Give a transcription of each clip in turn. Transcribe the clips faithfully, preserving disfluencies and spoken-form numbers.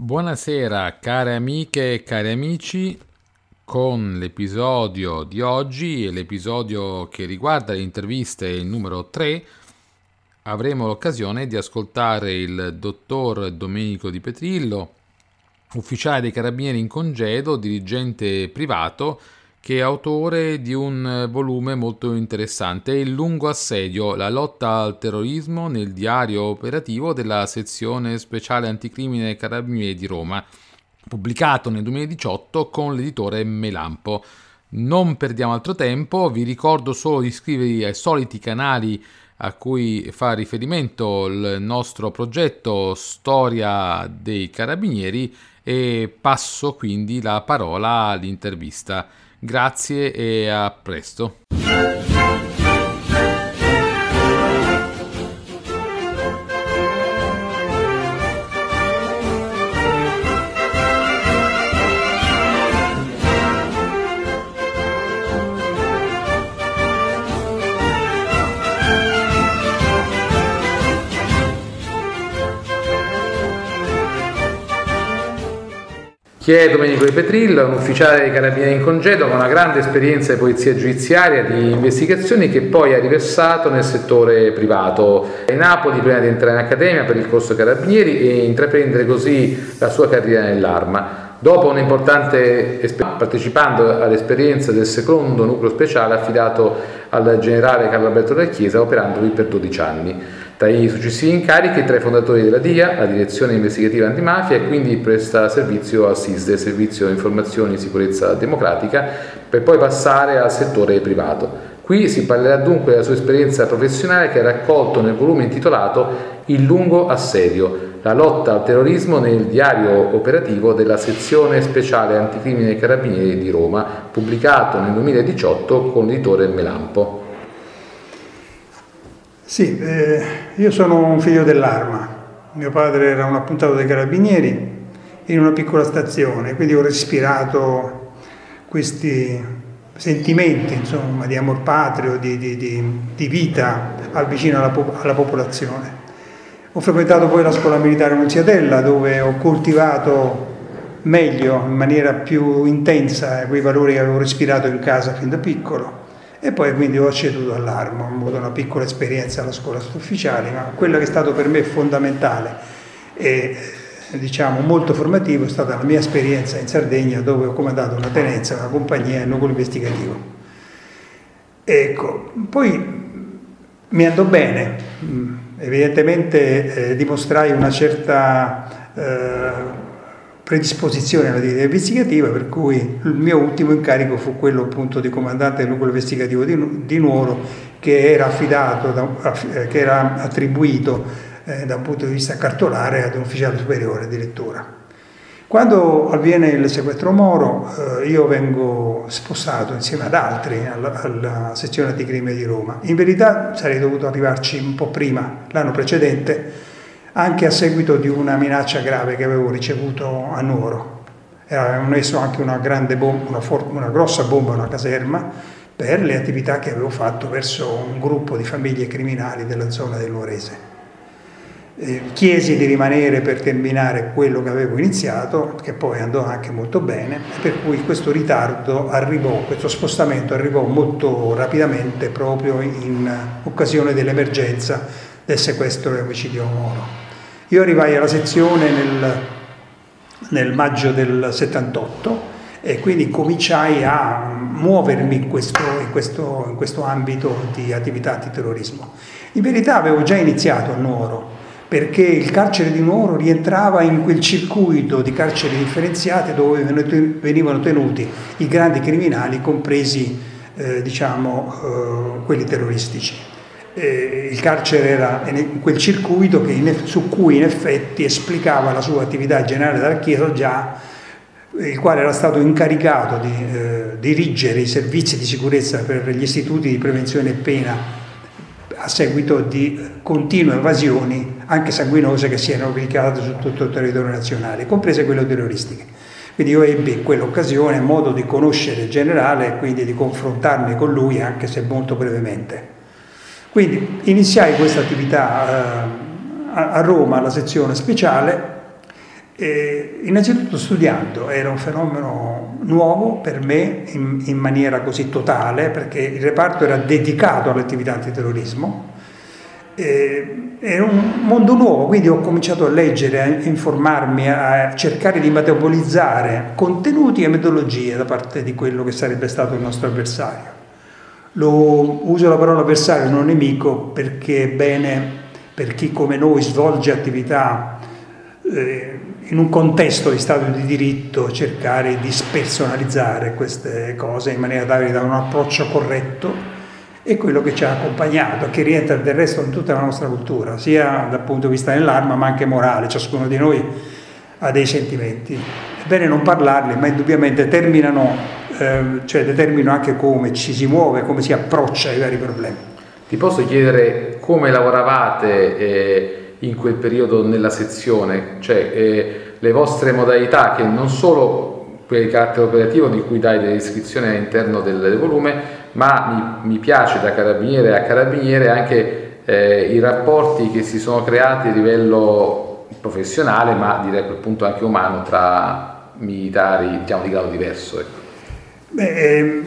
Buonasera care amiche e cari amici, con l'episodio di oggi e l'episodio che riguarda le interviste, il numero tre, avremo l'occasione di ascoltare il dottor Domenico Di Petrillo, ufficiale dei Carabinieri in congedo, dirigente privato, che è autore di un volume molto interessante, Il lungo assedio, la lotta al terrorismo nel diario operativo della sezione speciale anticrimine Carabinieri di Roma, pubblicato nel duemiladiciotto con l'editore Melampo. Non perdiamo altro tempo, vi ricordo solo di iscrivervi ai soliti canali a cui fa riferimento il nostro progetto Storia dei Carabinieri e passo quindi la parola all'intervista. Grazie e a presto. Chi è Domenico Di Petrillo? È un ufficiale dei Carabinieri in congedo con una grande esperienza di polizia giudiziaria, di investigazioni, che poi ha riversato nel settore privato. A Napoli prima di entrare in accademia per il corso Carabinieri e intraprendere così la sua carriera nell'Arma. Dopo un'importante esperienza, partecipando all'esperienza del secondo nucleo speciale affidato al generale Carlo Alberto Dalla Chiesa, operando lì per dodici anni. Tra i successivi incarichi, tra i fondatori della D I A, la Direzione Investigativa Antimafia, e quindi presta servizio al SISDE, Servizio Informazioni e Sicurezza Democratica, per poi passare al settore privato. Qui si parlerà dunque della sua esperienza professionale, che ha raccolto nel volume intitolato Il lungo assedio, la lotta al terrorismo nel diario operativo della sezione speciale anticrimine Carabinieri di Roma, pubblicato nel duemiladiciotto con l'editore Melampo. Sì, eh, io sono un figlio dell'Arma. Mio padre era un appuntato dei Carabinieri in una piccola stazione, quindi ho respirato questi sentimenti, insomma, di amor patrio, di, di, di, di vita al vicino alla, alla popolazione. Ho frequentato poi la scuola militare Nunziatella, dove ho coltivato meglio, in maniera più intensa, quei valori che avevo respirato in casa fin da piccolo. E poi quindi ho acceduto all'Arma, ho avuto una piccola esperienza alla scuola sottufficiali, ma quello che è stato per me fondamentale e diciamo molto formativo è stata la mia esperienza in Sardegna, dove ho comandato una tenenza, una compagnia e un nucleo investigativo. Ecco, poi mi andò bene, evidentemente eh, dimostrai una certa eh, predisposizione all'attività investigativa, per cui il mio ultimo incarico fu quello appunto di comandante del nucleo investigativo di, di Nuoro, che era affidato, da, che era attribuito eh, da un punto di vista cartolare ad un ufficiale superiore addirittura. Quando avviene il sequestro Moro, eh, io vengo spostato insieme ad altri alla, alla sezione anticrimine di Roma. In verità sarei dovuto arrivarci un po' prima, l'anno precedente, anche a seguito di una minaccia grave che avevo ricevuto a Nuoro. Era messo anche una grande bomba, una, for- una grossa bomba a una caserma per le attività che avevo fatto verso un gruppo di famiglie criminali della zona del Nuorese. Eh, chiesi di rimanere per terminare quello che avevo iniziato, che poi andò anche molto bene, per cui questo ritardo arrivò, questo spostamento arrivò molto rapidamente proprio in occasione dell'emergenza del sequestro e omicidio Moro. Io arrivai alla sezione nel, nel maggio del settantotto e quindi cominciai a muovermi in questo, in questo, in questo ambito di attività antiterrorismo. In verità avevo già iniziato a Nuoro, perché il carcere di Nuoro rientrava in quel circuito di carceri differenziate dove venivano tenuti i grandi criminali, compresi eh, diciamo, eh, quelli terroristici. Eh, il carcere era in quel circuito che in, su cui in effetti esplicava la sua attività generale Dalla Chiesa, già il quale era stato incaricato di eh, dirigere i servizi di sicurezza per gli istituti di prevenzione e pena a seguito di continue evasioni anche sanguinose che si erano verificate su tutto il territorio nazionale, comprese quelle terroristiche. Quindi io ebbi in quell'occasione modo di conoscere il generale e quindi di confrontarmi con lui, anche se molto brevemente. Quindi iniziai questa attività eh, a Roma, alla sezione speciale, Eh, innanzitutto studiando, era un fenomeno nuovo per me in, in maniera così totale, perché il reparto era dedicato all'attività antiterrorismo. Eh, era un mondo nuovo, quindi ho cominciato a leggere, a informarmi, a cercare di metabolizzare contenuti e metodologie da parte di quello che sarebbe stato il nostro avversario. Lo, uso la parola avversario, non nemico, perché è bene per chi come noi svolge attività eh, in un contesto di Stato di diritto cercare di spersonalizzare queste cose in maniera tale da un approccio corretto. E quello che ci ha accompagnato, che rientra del resto in tutta la nostra cultura, sia dal punto di vista dell'arma ma anche morale. Ciascuno di noi ha dei sentimenti. È bene non parlarli, ma indubbiamente terminano, eh, cioè determinano anche come ci si muove, come si approccia ai vari problemi. Ti posso chiedere come lavoravate eh, in quel periodo nella sezione, cioè eh, le vostre modalità, che non solo quel carattere operativo di cui dai delle descrizioni all'interno del, del volume, ma mi, mi piace da carabiniere a carabiniere anche eh, i rapporti che si sono creati a livello professionale, ma direi a quel punto anche umano, tra militari, diciamo, di grado diverso. Ecco. Beh,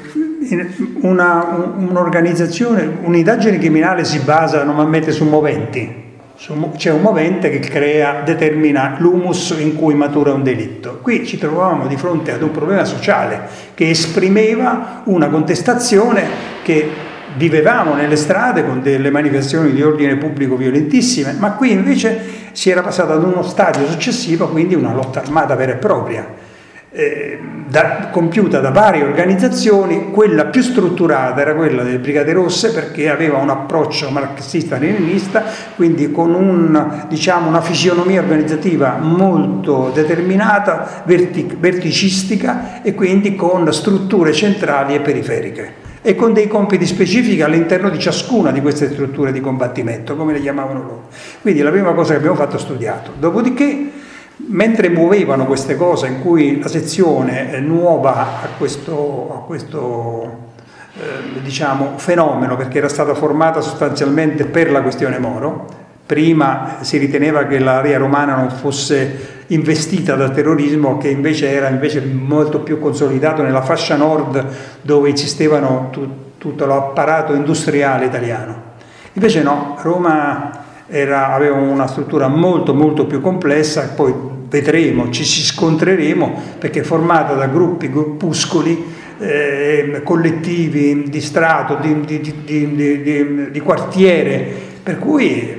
una, un'organizzazione, un'indagine criminale si basa normalmente su moventi. C'è un movente che crea, determina l'humus in cui matura un delitto. Qui ci trovavamo di fronte ad un problema sociale che esprimeva una contestazione che vivevamo nelle strade con delle manifestazioni di ordine pubblico violentissime, ma qui invece si era passato ad uno stadio successivo, quindi una lotta armata vera e propria. Eh, da, compiuta da varie organizzazioni. Quella più strutturata era quella delle Brigate Rosse, perché aveva un approccio marxista-leninista, quindi con un, diciamo, una fisionomia organizzativa molto determinata, vertic- verticistica, e quindi con strutture centrali e periferiche, e con dei compiti specifici all'interno di ciascuna di queste strutture di combattimento, come le chiamavano loro. Quindi la prima cosa che abbiamo fatto è studiato. Dopodiché, mentre muovevano queste cose, in cui la sezione è nuova a questo, a questo eh, diciamo, fenomeno, perché era stata formata sostanzialmente per la questione Moro, prima si riteneva che l'area romana non fosse investita dal terrorismo, che invece era invece molto più consolidato nella fascia nord, dove insistevano tu, tutto l'apparato industriale italiano. Invece no, Roma Era, aveva una struttura molto molto più complessa, poi vedremo, ci si scontreremo, perché è formata da gruppi, gruppuscoli, eh, collettivi di strato, di, di, di, di, di, di quartiere, per cui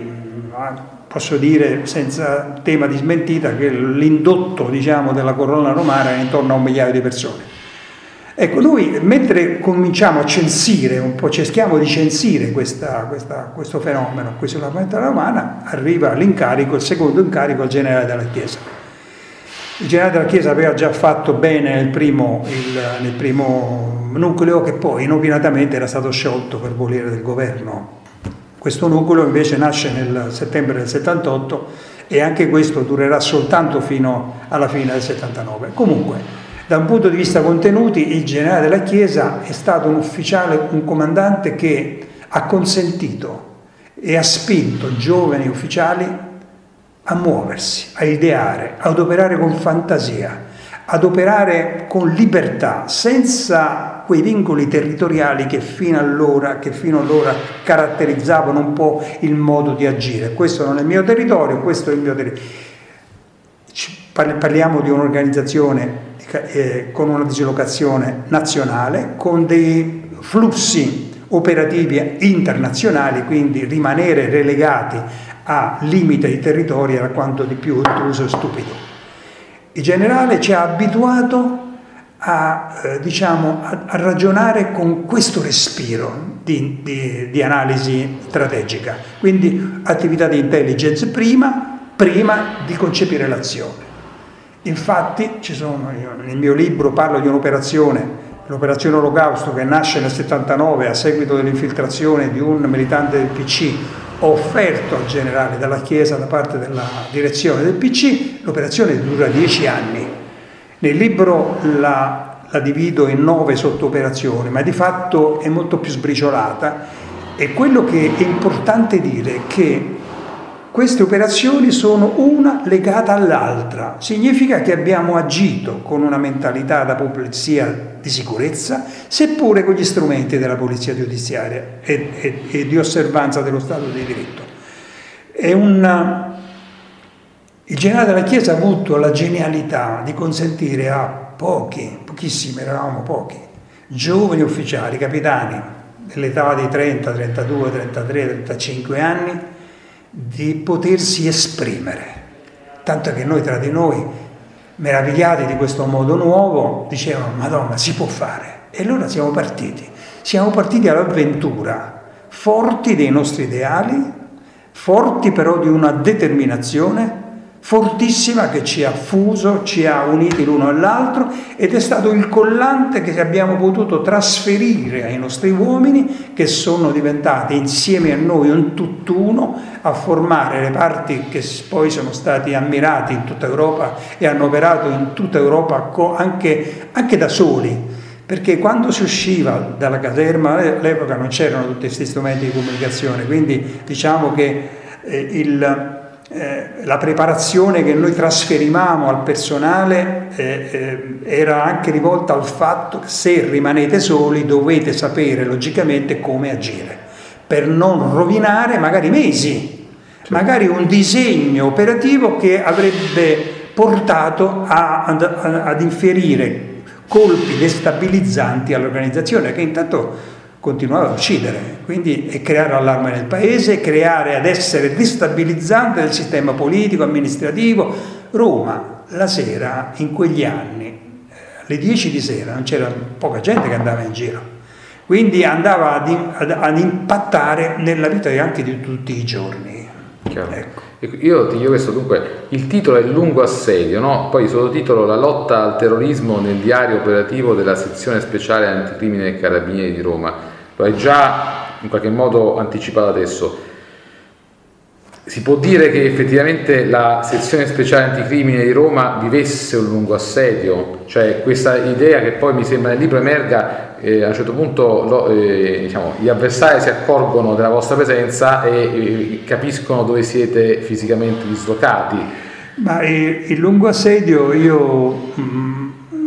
posso dire senza tema di smentita che l'indotto, diciamo, della colonna romana è intorno a un migliaio di persone. Ecco, noi mentre cominciamo a censire, un po' cerchiamo di censire questa, questa, questo fenomeno qui sulla pianeta romana, arriva l'incarico, il secondo incarico al generale della Chiesa. Il generale della Chiesa aveva già fatto bene nel primo, il, nel primo nucleo, che poi inopinatamente era stato sciolto per volere del governo. Questo nucleo invece nasce nel settembre del settantotto e anche questo durerà soltanto fino alla fine del settantanove. Comunque, da un punto di vista contenuti, il generale della Chiesa è stato un ufficiale, un comandante che ha consentito e ha spinto giovani ufficiali a muoversi, a ideare, ad operare con fantasia, ad operare con libertà, senza quei vincoli territoriali che fino allora, che fino allora caratterizzavano un po' il modo di agire. Questo non è il mio territorio, questo è il mio territorio. Parliamo di un'organizzazione eh, con una dislocazione nazionale, con dei flussi operativi internazionali, quindi rimanere relegati a limite di territorio era quanto di più ottuso e stupido. Il generale ci ha abituato a, eh, diciamo, a, a ragionare con questo respiro di, di, di analisi strategica, quindi attività di intelligence prima, prima di concepire l'azione. Infatti, ci sono, io, nel mio libro parlo di un'operazione, l'operazione Olocausto, che nasce nel settantanove a seguito dell'infiltrazione di un militante del P C offerto al generale dalla Chiesa da parte della direzione del P C. L'operazione dura dieci anni. Nel libro la, la divido in nove sottooperazioni, ma di fatto è molto più sbriciolata, e quello che è importante dire è che queste operazioni sono una legata all'altra. Significa che abbiamo agito con una mentalità da polizia di sicurezza, seppure con gli strumenti della polizia giudiziaria e, e, e di osservanza dello Stato di diritto. È una... Il generale della Chiesa ha avuto la genialità di consentire a pochi, pochissimi, eravamo pochi, giovani ufficiali, capitani, dell'età di trenta, trentadue, trentatré, trentacinque anni, di potersi esprimere. Tanto che noi tra di noi, meravigliati di questo modo nuovo, dicevano: Madonna, si può fare. E allora siamo partiti. Siamo partiti all'avventura, forti dei nostri ideali, forti però di una determinazione fortissima che ci ha fuso, ci ha uniti l'uno all'altro, ed è stato il collante che abbiamo potuto trasferire ai nostri uomini, che sono diventati insieme a noi un tutt'uno a formare le parti che poi sono stati ammirati in tutta Europa e hanno operato in tutta Europa anche, anche da soli, perché quando si usciva dalla caserma, all'epoca non c'erano tutti questi strumenti di comunicazione, quindi diciamo che eh, il Eh, la preparazione che noi trasferivamo al personale eh, eh, era anche rivolta al fatto che se rimanete soli dovete sapere logicamente come agire per non rovinare magari mesi, sì. magari un disegno operativo che avrebbe portato a, ad, ad inferire colpi destabilizzanti all'organizzazione, che intanto continuava a uccidere, quindi e creare allarme nel paese, creare ad essere destabilizzante del sistema politico, amministrativo. Roma, la sera, in quegli anni, alle dieci di sera, non c'era poca gente che andava in giro, quindi andava ad, ad, ad impattare nella vita anche di tutti i giorni. Ecco. Io ti chiedo questo, dunque, il titolo è Lungo assedio, no? Poi il sottotitolo La lotta al terrorismo nel diario operativo della sezione speciale anticrimine dei Carabinieri di Roma. Lo hai già in qualche modo anticipato adesso. Si può dire che effettivamente la sezione speciale anticrimine di Roma vivesse un lungo assedio? Cioè questa idea che poi mi sembra nel libro emerga, eh, a un certo punto lo, eh, diciamo, gli avversari si accorgono della vostra presenza e eh, capiscono dove siete fisicamente dislocati. Ma il, il lungo assedio, io mh,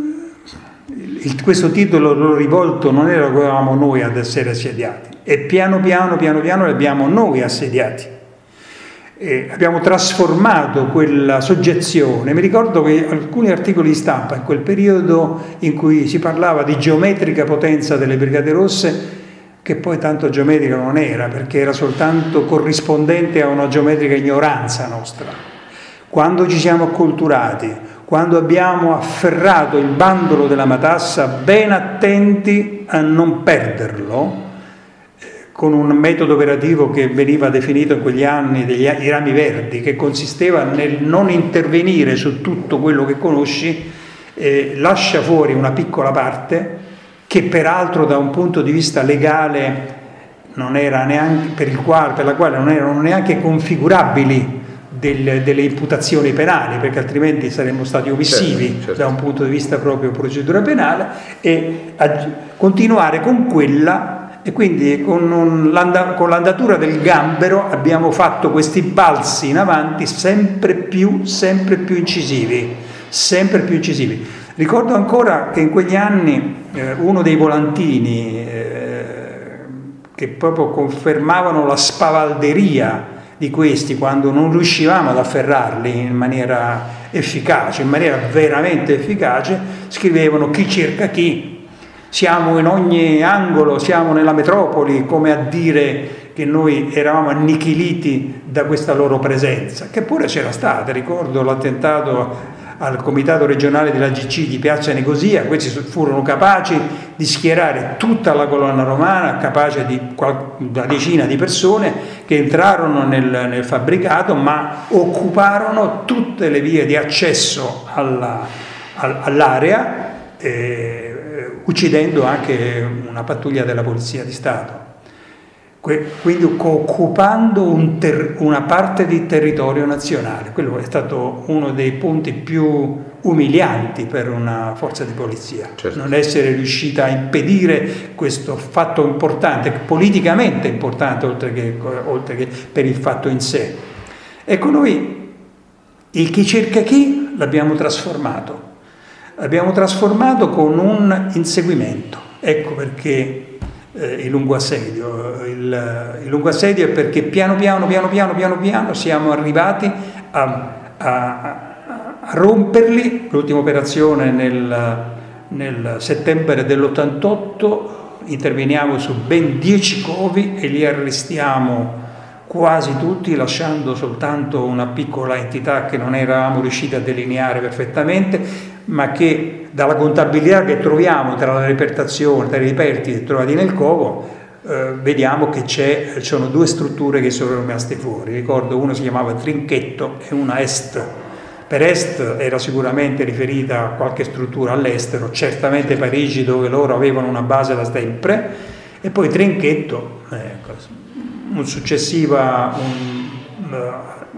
il, questo titolo l'ho rivolto, non era che eravamo noi ad essere assediati, e piano piano piano piano li abbiamo noi assediati. E abbiamo trasformato quella soggezione. Mi ricordo che alcuni articoli di stampa in quel periodo in cui si parlava di geometrica potenza delle Brigate Rosse, che poi tanto geometrica non era, perché era soltanto corrispondente a una geometrica ignoranza nostra. Quando ci siamo acculturati, quando abbiamo afferrato il bandolo della matassa, ben attenti a non perderlo, con un metodo operativo che veniva definito in quegli anni degli i rami verdi, che consisteva nel non intervenire su tutto quello che conosci, eh, lascia fuori una piccola parte che peraltro da un punto di vista legale non era neanche, per, il quale, per la quale non erano neanche configurabili del, delle imputazioni penali, perché altrimenti saremmo stati omissivi, certo, certo. da un punto di vista proprio procedura penale, e a, continuare con quella. E quindi con, un, con l'andatura del gambero abbiamo fatto questi balzi in avanti sempre più, sempre più incisivi, sempre più incisivi. Ricordo ancora che in quegli anni eh, uno dei volantini eh, che proprio confermavano la spavalderia di questi quando non riuscivamo ad afferrarli in maniera efficace, in maniera veramente efficace, scrivevano chi cerca chi. Siamo in ogni angolo, siamo nella metropoli, come a dire che noi eravamo annichiliti da questa loro presenza, che pure c'era stata. Ricordo l'attentato al comitato regionale della G C di Piazza Nicosia, questi furono capaci di schierare tutta la colonna romana, capace di una decina di persone che entrarono nel, nel fabbricato, ma occuparono tutte le vie di accesso alla, all'area, eh, uccidendo anche una pattuglia della Polizia di Stato, quindi occupando un ter- una parte di territorio nazionale. Quello è stato uno dei punti più umilianti per una forza di polizia, certo. non essere riuscita a impedire questo fatto importante, politicamente importante oltre che, oltre che per il fatto in sé. Ecco, noi il chi cerca chi l'abbiamo trasformato, l'abbiamo trasformato con un inseguimento. Ecco perché eh, il lungo assedio. Il, il lungo assedio è perché piano piano, piano piano, piano piano siamo arrivati a, a, a romperli. L'ultima operazione nel, nel settembre dell'ottantotto, interveniamo su ben dieci covi e li arrestiamo quasi tutti, lasciando soltanto una piccola entità che non eravamo riusciti a delineare perfettamente, ma che dalla contabilità che troviamo tra la repertazione, tra i reperti trovati nel covo, eh, vediamo che c'è, ci sono due strutture che sono rimaste fuori. Ricordo, uno si chiamava Trinchetto e una Est. Per Est era sicuramente riferita a qualche struttura all'estero, certamente Parigi, dove loro avevano una base da sempre, e poi Trinchetto, ecco, un successiva, un, uh,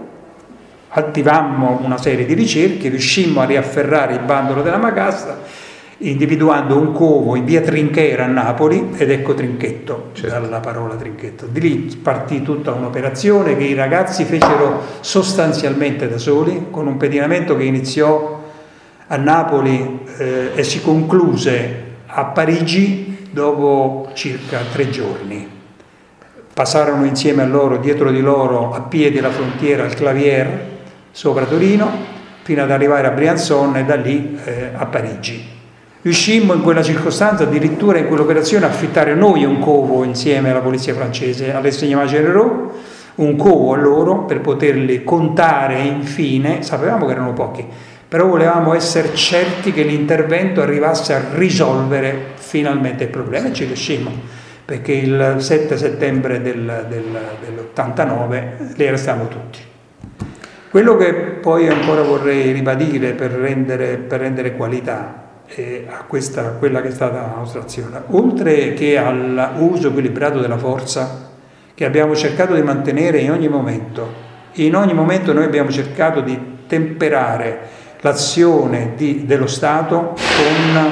attivammo una serie di ricerche, riuscimmo a riafferrare il bandolo della Magassa, individuando un covo in via Trinchera a Napoli, ed ecco Trinchetto, certo, dalla parola Trinchetto. Di lì partì tutta un'operazione che i ragazzi fecero sostanzialmente da soli, con un pedinamento che iniziò a Napoli eh, e si concluse a Parigi dopo circa tre giorni. Passarono insieme a loro, dietro di loro, a piedi la frontiera al Clavier, sopra Torino, fino ad arrivare a Briançon e da lì eh, a Parigi. Riuscimmo in quella circostanza, addirittura in quell'operazione, a affittare noi un covo insieme alla polizia francese, all'Enseignement Généraux, un covo a loro per poterli contare infine. Sapevamo che erano pochi, però volevamo essere certi che l'intervento arrivasse a risolvere finalmente il problema, e ci riuscimmo, perché il sette settembre del, del, dell'ottantanove li arrestiamo tutti. Quello che poi ancora vorrei ribadire per rendere, per rendere qualità eh, a questa, quella che è stata la nostra azione, oltre che all'uso equilibrato della forza che abbiamo cercato di mantenere in ogni momento, in ogni momento noi abbiamo cercato di temperare l'azione di, dello Stato con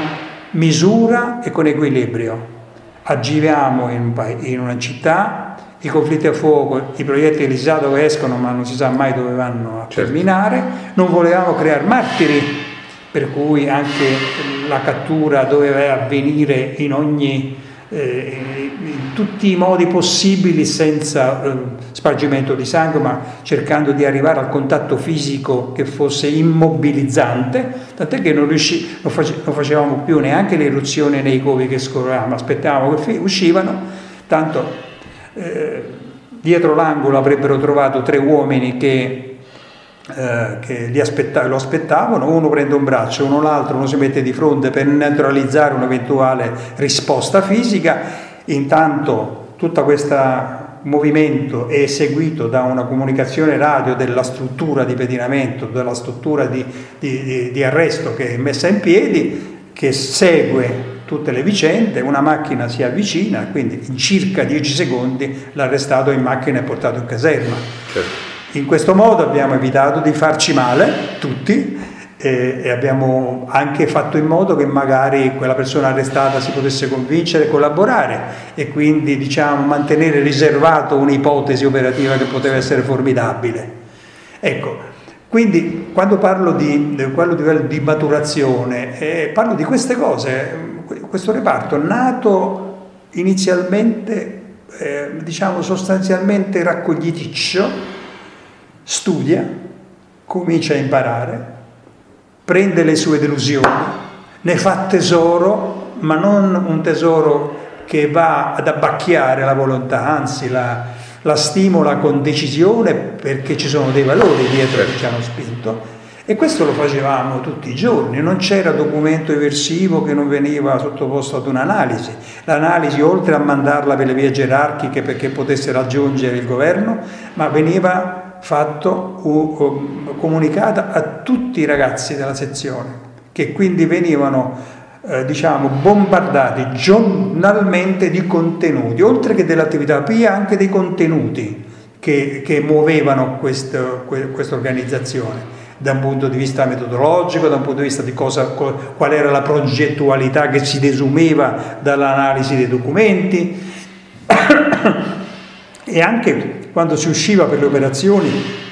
misura e con equilibrio. Agiamo in, in una città, i conflitti a fuoco, i proiettili si sa dove escono ma non si sa mai dove vanno a terminare, non volevamo creare martiri, per cui anche la cattura doveva avvenire in ogni, eh, in tutti i modi possibili, senza eh, spargimento di sangue, ma cercando di arrivare al contatto fisico che fosse immobilizzante, tant'è che non, riusci, non, face, non facevamo più neanche le eruzioni nei covi che scorrevamo, aspettavamo che uscivano, tanto eh, dietro l'angolo avrebbero trovato tre uomini che Eh, che li aspetta- lo aspettavano, uno prende un braccio, uno l'altro, uno si mette di fronte per neutralizzare un'eventuale risposta fisica. Intanto tutto questo movimento è seguito da una comunicazione radio della struttura di pedinamento, della struttura di, di, di, di arresto che è messa in piedi, che segue tutte le vicende. Una macchina si avvicina, quindi in circa dieci secondi l'arrestato in macchina è portato in caserma. Certo. In questo modo abbiamo evitato di farci male tutti e, e abbiamo anche fatto in modo che magari quella persona arrestata si potesse convincere e collaborare, e quindi, diciamo, mantenere riservato un'ipotesi operativa che poteva essere formidabile. Ecco, quindi quando parlo di, quello livello di maturazione, eh, parlo di queste cose. Questo reparto, nato inizialmente, eh, diciamo sostanzialmente raccogliticcio, studia, comincia a imparare, prende le sue delusioni, ne fa tesoro, ma non un tesoro che va ad abbacchiare la volontà, anzi la, la stimola con decisione, perché ci sono dei valori dietro che ci hanno spinto. E questo lo facevamo tutti i giorni, non c'era documento eversivo che non veniva sottoposto ad un'analisi. L'analisi, oltre a mandarla per le vie gerarchiche perché potesse raggiungere il governo, ma veniva fatto uh, comunicata a tutti i ragazzi della sezione, che quindi venivano eh, diciamo bombardati giornalmente di contenuti, oltre che dell'attività P I A, anche dei contenuti che, che muovevano questa quest organizzazione, da un punto di vista metodologico, da un punto di vista di cosa, qual era la progettualità che si desumeva dall'analisi dei documenti e anche quando si usciva per le operazioni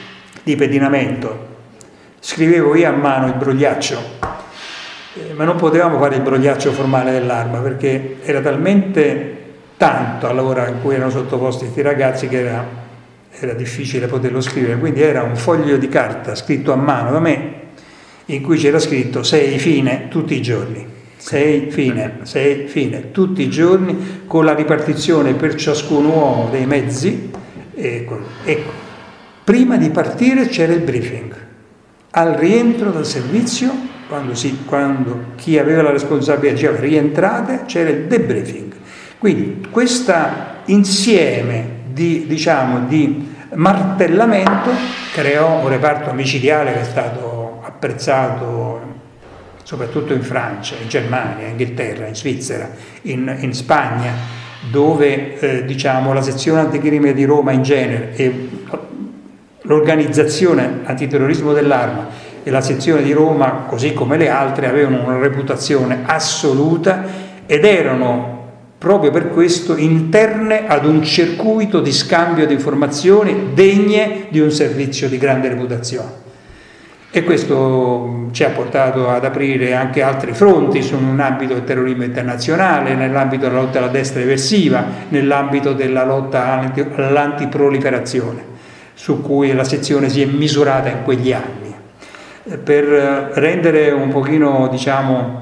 di pedinamento. Scrivevo io a mano il brogliaccio, eh, ma non potevamo fare il brogliaccio formale dell'arma perché era talmente tanto all'ora in cui erano sottoposti questi ragazzi che era, era difficile poterlo scrivere, quindi era un foglio di carta scritto a mano da me in cui c'era scritto sei fine tutti i giorni, sei fine, sei fine tutti i giorni, con la ripartizione per ciascun uomo dei mezzi. Ecco, ecco. Prima di partire c'era il briefing, al rientro dal servizio, quando, si, quando chi aveva la responsabilità diceva rientrate, c'era il debriefing. Quindi questo insieme di, diciamo, di martellamento creò un reparto micidiale che è stato apprezzato soprattutto in Francia, in Germania, in Inghilterra, in Svizzera, in, in Spagna, dove eh, diciamo, la sezione anticrimine di Roma in genere e l'organizzazione antiterrorismo dell'arma e la sezione di Roma, così come le altre, avevano una reputazione assoluta ed erano proprio per questo interne ad un circuito di scambio di informazioni degne di un servizio di grande reputazione. E questo ci ha portato ad aprire anche altri fronti su un ambito del terrorismo internazionale, nell'ambito della lotta alla destra eversiva, nell'ambito della lotta all'antiproliferazione, su cui la sezione si è misurata in quegli anni. Per rendere un pochino, diciamo,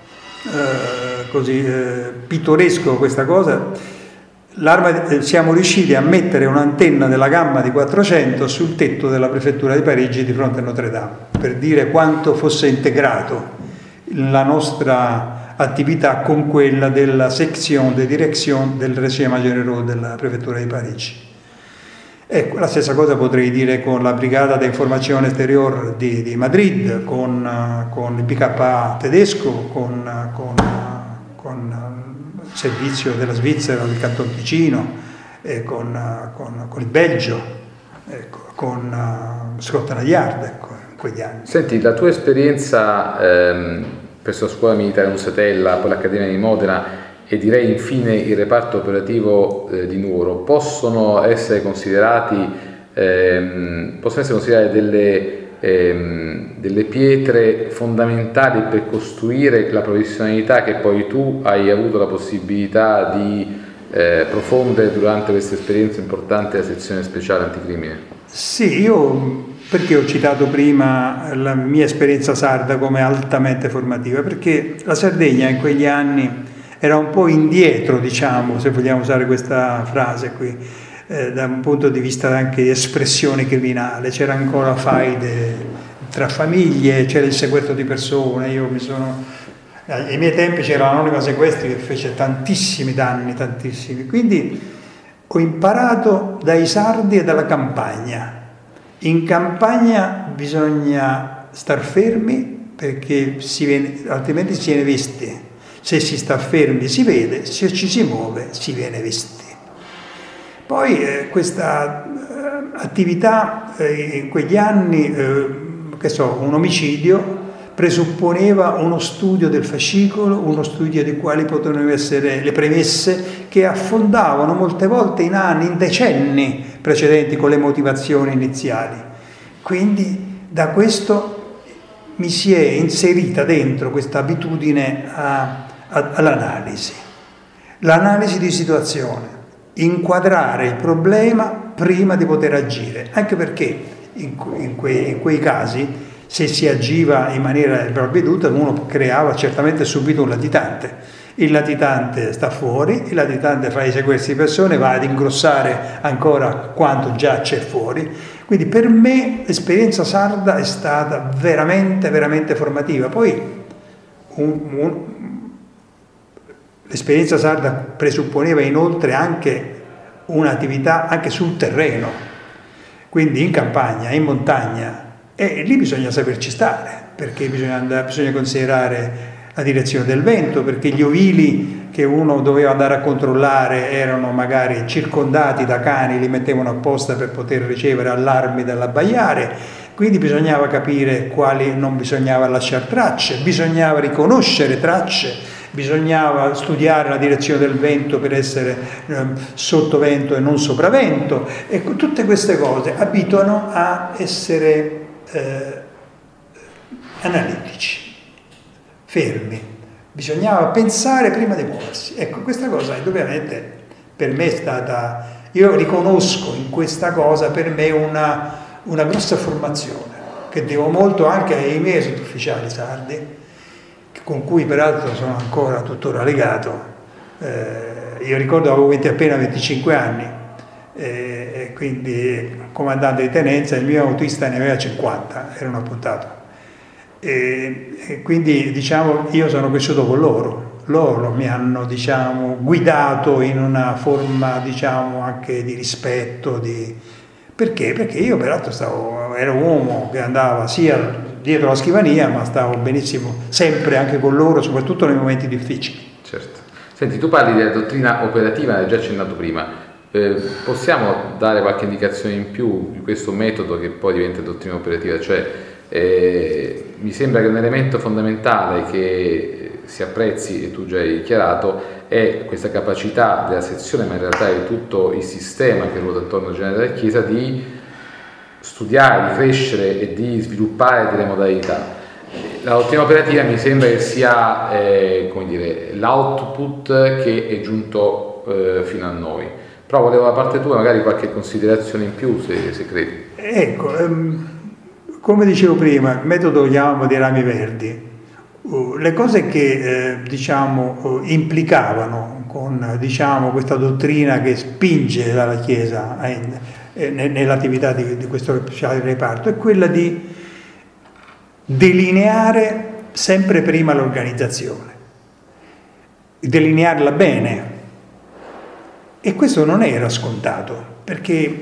eh, così eh, pittoresco questa cosa, l'arma, eh, siamo riusciti a mettere un'antenna della gamma di quattrocento sul tetto della prefettura di Parigi di fronte a Notre Dame, per dire quanto fosse integrato la nostra attività con quella della section de direction del Régimen Généraux della prefettura di Parigi. Ecco, la stessa cosa potrei dire con la Brigata di Informazione Esterior di, di Madrid, con, uh, con il B K A tedesco, con, uh, con, uh, con uh, il servizio della Svizzera, del Canton Ticino, e con, uh, con, con il Belgio, ecco, con uh, Scotland Yard, ecco, in quegli anni. Senti, la tua esperienza ehm, presso la scuola militare Musatella, poi l'Accademia di Modena, e direi infine il reparto operativo eh, di Nuoro, possono essere considerati, ehm, possono essere considerate delle, ehm, delle pietre fondamentali per costruire la professionalità che poi tu hai avuto la possibilità di eh, profondere durante questa esperienza importante della sezione speciale anticrimine? Sì, io perché ho citato prima la mia esperienza sarda come altamente formativa, perché la Sardegna in quegli anni era un po' indietro, diciamo, se vogliamo usare questa frase qui, eh, da un punto di vista anche di espressione criminale. C'era ancora faide tra famiglie, c'era il sequestro di persone. Io mi sono, ai miei tempi c'era l'anonima sequestri che fece tantissimi danni, tantissimi. Quindi ho imparato dai sardi e dalla campagna. In campagna bisogna star fermi perché si viene, altrimenti si viene visti. Se si sta fermi si vede, se ci si muove si viene visti. Poi eh, questa eh, attività eh, in quegli anni, eh, che so, un omicidio presupponeva uno studio del fascicolo, uno studio di quali potevano essere le premesse che affondavano molte volte in anni, in decenni precedenti con le motivazioni iniziali. Quindi da questo mi si è inserita dentro questa abitudine a all'analisi, l'analisi di situazione, inquadrare il problema prima di poter agire, anche perché in, in, quei, in quei casi se si agiva in maniera provveduta uno creava certamente subito un latitante, il latitante sta fuori, il latitante fa i sequestri di persone, va ad ingrossare ancora quanto già c'è fuori. Quindi per me l'esperienza sarda è stata veramente veramente formativa. Poi un, un, l'esperienza sarda presupponeva inoltre anche un'attività anche sul terreno, quindi in campagna, in montagna, e lì bisogna saperci stare, perché bisogna, andare, bisogna considerare la direzione del vento, perché gli ovili che uno doveva andare a controllare erano magari circondati da cani, li mettevano apposta per poter ricevere allarmi dall'abbaiare, quindi bisognava capire quali non bisognava lasciare tracce, bisognava riconoscere tracce bisognava studiare la direzione del vento per essere eh, sottovento e non sopravento, e tutte queste cose abituano a essere eh, analitici, fermi, bisognava pensare prima di muoversi. Ecco, questa cosa ovviamente per me è stata, io riconosco in questa cosa per me una, una grossa formazione, che devo molto anche ai miei sottufficiali sardi, con cui peraltro sono ancora tuttora legato. Eh, io ricordo avevo appena venticinque anni, eh, e quindi comandante di tenenza, il mio autista ne aveva cinquanta, era un appuntato. E, e quindi diciamo io sono cresciuto con loro. Loro mi hanno, diciamo, guidato in una forma, diciamo, anche di rispetto, di... perché? Perché io peraltro stavo, ero un uomo che andava sia dietro la scrivania, ma stavo benissimo sempre anche con loro, soprattutto nei momenti difficili. Certo. Senti, tu parli della dottrina operativa, l'hai già accennato prima. Eh, possiamo dare qualche indicazione in più di questo metodo che poi diventa dottrina operativa? Cioè, eh, mi sembra che un elemento fondamentale che si apprezzi, e tu già hai dichiarato, è questa capacità della sezione, ma in realtà di tutto il sistema che ruota attorno al generale della Chiesa, di studiare, di crescere e di sviluppare delle modalità. La dottrina operativa mi sembra che sia eh, come dire, l'output che è giunto eh, fino a noi. Però volevo da parte tua magari qualche considerazione in più, se, se credi. Ecco, um, come dicevo prima, il metodo lo chiamiamo dei rami verdi. Uh, le cose che eh, diciamo uh, implicavano con diciamo, questa dottrina che spinge la Chiesa in, eh, nell'attività di, di questo speciale reparto è quella di delineare sempre prima l'organizzazione, delinearla bene, e questo non era scontato, perché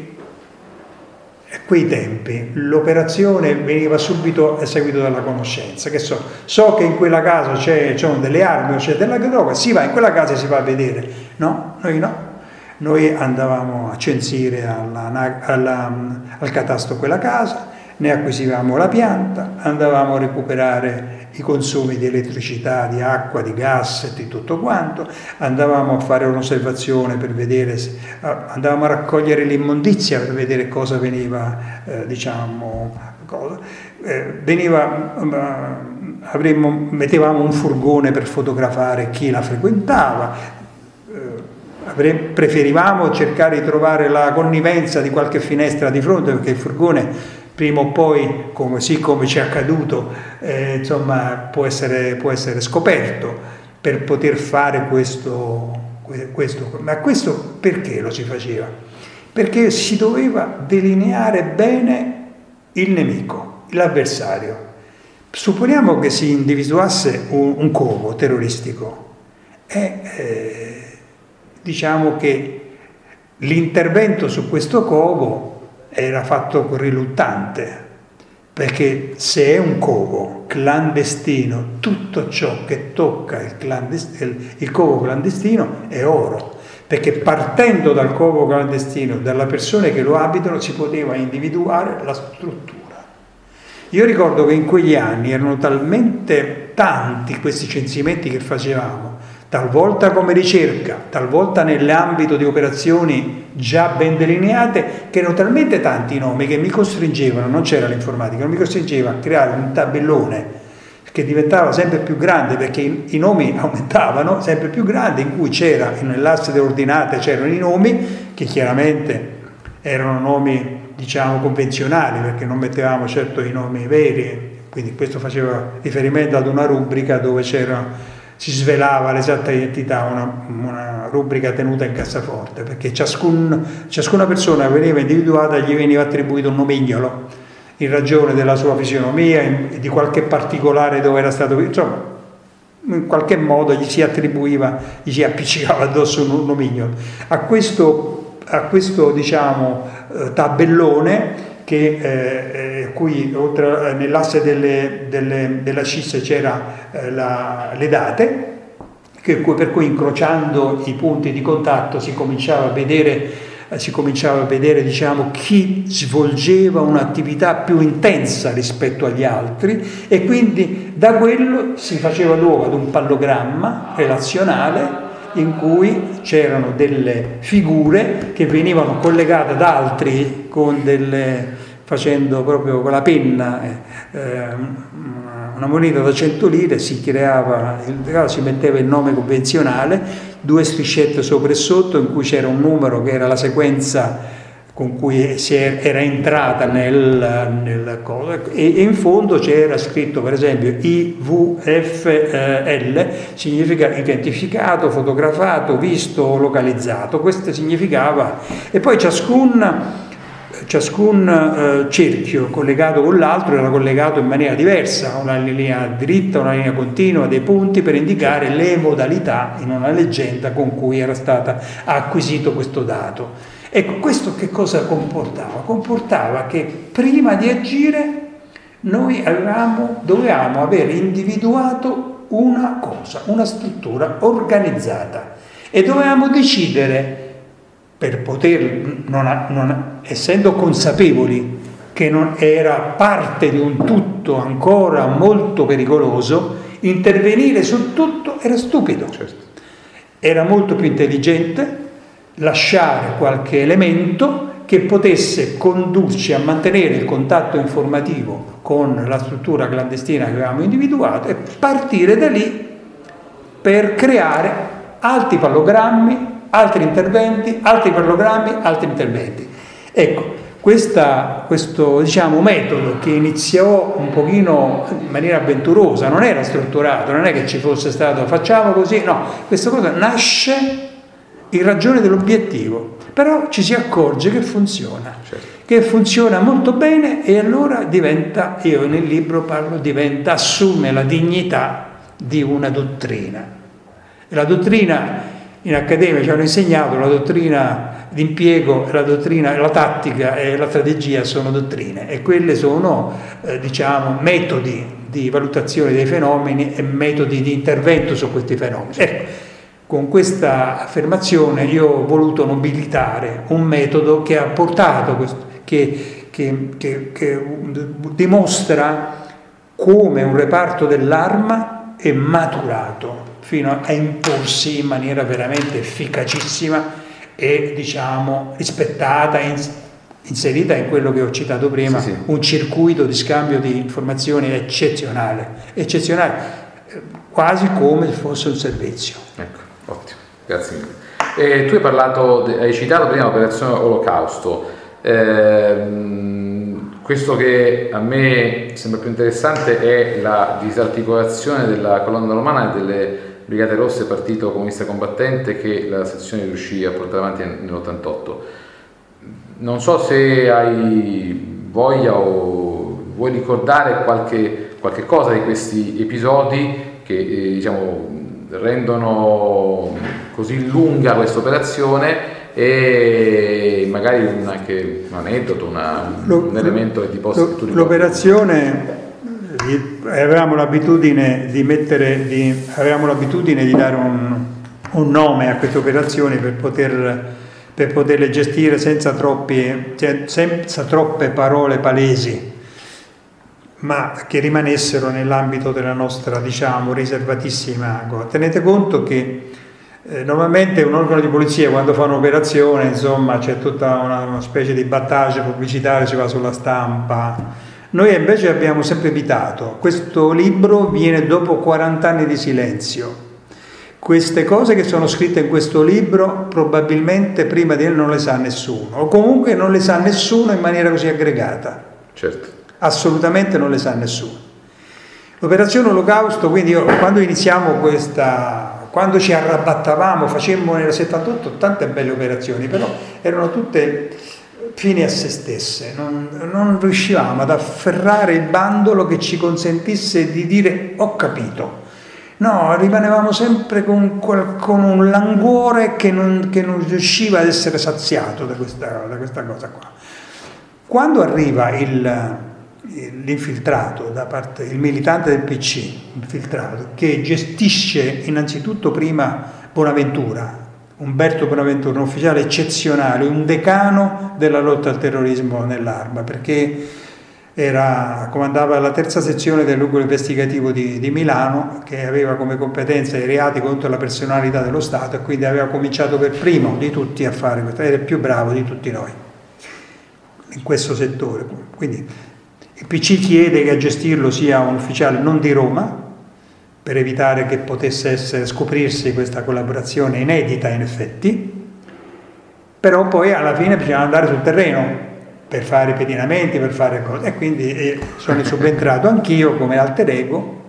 a quei tempi l'operazione veniva subito seguita dalla conoscenza, che so, so che in quella casa c'è, c'è delle armi o c'è della droga, si va in quella casa e si va a vedere. No, noi no, noi andavamo a censire alla, alla, al catasto quella casa, ne acquisivamo la pianta, andavamo a recuperare i consumi di elettricità, di acqua, di gas e di tutto quanto, andavamo a fare un'osservazione per vedere, andavamo a raccogliere l'immondizia per vedere cosa veniva, eh, diciamo, cosa, eh, veniva, eh, avremmo, mettevamo un furgone per fotografare chi la frequentava, eh, preferivamo cercare di trovare la connivenza di qualche finestra di fronte, perché il furgone prima o poi, così come ci è accaduto, eh, insomma, può essere, può essere scoperto per poter fare questo, questo. Ma questo perché lo si faceva? Perché si doveva delineare bene il nemico, l'avversario. Supponiamo che si individuasse un, un covo terroristico e eh, diciamo che l'intervento su questo covo era fatto con riluttante, perché se è un covo clandestino, tutto ciò che tocca il, clandestino, il covo clandestino è oro, perché partendo dal covo clandestino, dalle persone che lo abitano, si poteva individuare la struttura. Io ricordo che in quegli anni erano talmente tanti questi censimenti che facevamo, talvolta come ricerca, talvolta nell'ambito di operazioni già ben delineate, che erano talmente tanti i nomi che mi costringevano, non c'era l'informatica, non mi costringeva a creare un tabellone che diventava sempre più grande, perché i, i nomi aumentavano, sempre più grande, in cui c'era, nell'asse delle ordinate c'erano i nomi, che chiaramente erano nomi, diciamo, convenzionali, perché non mettevamo certo i nomi veri, quindi questo faceva riferimento ad una rubrica dove c'era, si svelava l'esatta identità, una, una rubrica tenuta in cassaforte, perché ciascun, ciascuna persona veniva individuata, gli veniva attribuito un nomignolo in ragione della sua fisionomia, in, di qualche particolare dove era stato, insomma, in qualche modo gli si attribuiva, gli si appiccicava addosso un nomignolo. A questo, a questo diciamo, tabellone, che eh, qui oltre, nell'asse delle, delle, della C I S c'era eh, la, le date, che, per cui incrociando i punti di contatto si cominciava a vedere eh, si cominciava a vedere, diciamo, chi svolgeva un'attività più intensa rispetto agli altri, e quindi da quello si faceva luogo ad un pallogramma relazionale in cui c'erano delle figure che venivano collegate ad altri con delle, facendo proprio con la penna eh, una moneta da cento lire, si creava, si metteva il nome convenzionale, due striscette sopra e sotto in cui c'era un numero che era la sequenza con cui si era entrata nel, nel cosa, e in fondo c'era scritto per esempio I V F L, significa identificato, fotografato, visto, localizzato. Questo significava, e poi ciascun, ciascun eh, cerchio collegato con l'altro era collegato in maniera diversa, una linea dritta, una linea continua, dei punti per indicare le modalità in una leggenda con cui era stata acquisito questo dato. Ecco, questo che cosa comportava? Comportava che prima di agire noi avevamo, dovevamo aver individuato una cosa, una struttura organizzata, e dovevamo decidere, per poter, non, non, essendo consapevoli che non era parte di un tutto ancora molto pericoloso, intervenire sul tutto era stupido. Certo. Era molto più intelligente lasciare qualche elemento che potesse condurci a mantenere il contatto informativo con la struttura clandestina che avevamo individuato e partire da lì per creare altri pallogrammi, altri interventi, altri pallogrammi, altri interventi. Ecco, questa, questo diciamo, metodo che iniziò un pochino in maniera avventurosa, non era strutturato, non è che ci fosse stato facciamo così, no, questa cosa nasce in ragione dell'obiettivo, però ci si accorge che funziona, certo. che funziona molto bene, e allora diventa, io nel libro parlo, diventa, assume la dignità di una dottrina. E la dottrina in accademia ci hanno insegnato, la dottrina d'impiego, la dottrina, la tattica e la strategia sono dottrine, e quelle sono eh, diciamo metodi di valutazione dei fenomeni e metodi di intervento su questi fenomeni. Ecco, con questa affermazione io ho voluto nobilitare un metodo che ha portato, questo, che, che, che, che dimostra come un reparto dell'arma è maturato fino a imporsi in maniera veramente efficacissima e, diciamo, rispettata, inserita in quello che ho citato prima, sì, sì. un circuito di scambio di informazioni eccezionale, eccezionale, quasi come se fosse un servizio. Ecco. Ottimo, grazie mille. E tu hai parlato, hai citato prima l'operazione Olocausto. Eh, questo che a me sembra più interessante è la disarticolazione della colonna romana e delle Brigate Rosse, partito comunista combattente, che la sezione riuscì a portare avanti nell'ottantotto. Non so se hai voglia o vuoi ricordare qualche, qualche cosa di questi episodi che eh, diciamo rendono così lunga questa operazione, e magari un, anche un aneddoto, una, lo, un elemento che ti possa lo, tu l'operazione avevamo l'abitudine di mettere di, avevamo l'abitudine di dare un, un nome a queste operazioni per poter per poterle gestire senza troppi senza troppe parole palesi, ma che rimanessero nell'ambito della nostra, diciamo, riservatissima cosa. Tenete conto che eh, normalmente un organo di polizia, quando fa un'operazione, insomma, c'è tutta una, una specie di battage pubblicitario, si va sulla stampa. Noi invece abbiamo sempre evitato. Questo libro viene dopo quaranta anni di silenzio. Queste cose che sono scritte in questo libro probabilmente prima di noi non le sa nessuno, o comunque non le sa nessuno in maniera così aggregata. Certo. Assolutamente non le sa nessuno. L'operazione Olocausto, quindi io, quando iniziamo questa, quando ci arrabattavamo, facemmo nel settantotto tante belle operazioni, però erano tutte fini a se stesse, non, non riuscivamo ad afferrare il bandolo che ci consentisse di dire ho capito. No, rimanevamo sempre con, con un languore che non, che non riusciva ad essere saziato da questa, da questa cosa qua. Quando arriva il l'infiltrato da parte, il militante del P C infiltrato, che gestisce innanzitutto prima Bonaventura, Umberto Bonaventura, un ufficiale eccezionale, un decano della lotta al terrorismo nell'arma, perché era, comandava la terza sezione del nucleo investigativo di, di Milano, che aveva come competenza i reati contro la personalità dello Stato, e quindi aveva cominciato per primo di tutti a fare questo, era il più bravo di tutti noi in questo settore. Quindi il P C chiede che a gestirlo sia un ufficiale non di Roma, per evitare che potesse essere, scoprirsi questa collaborazione inedita in effetti, però poi alla fine bisogna andare sul terreno per fare pedinamenti, per fare cose, e quindi eh, sono subentrato anch'io come alter ego,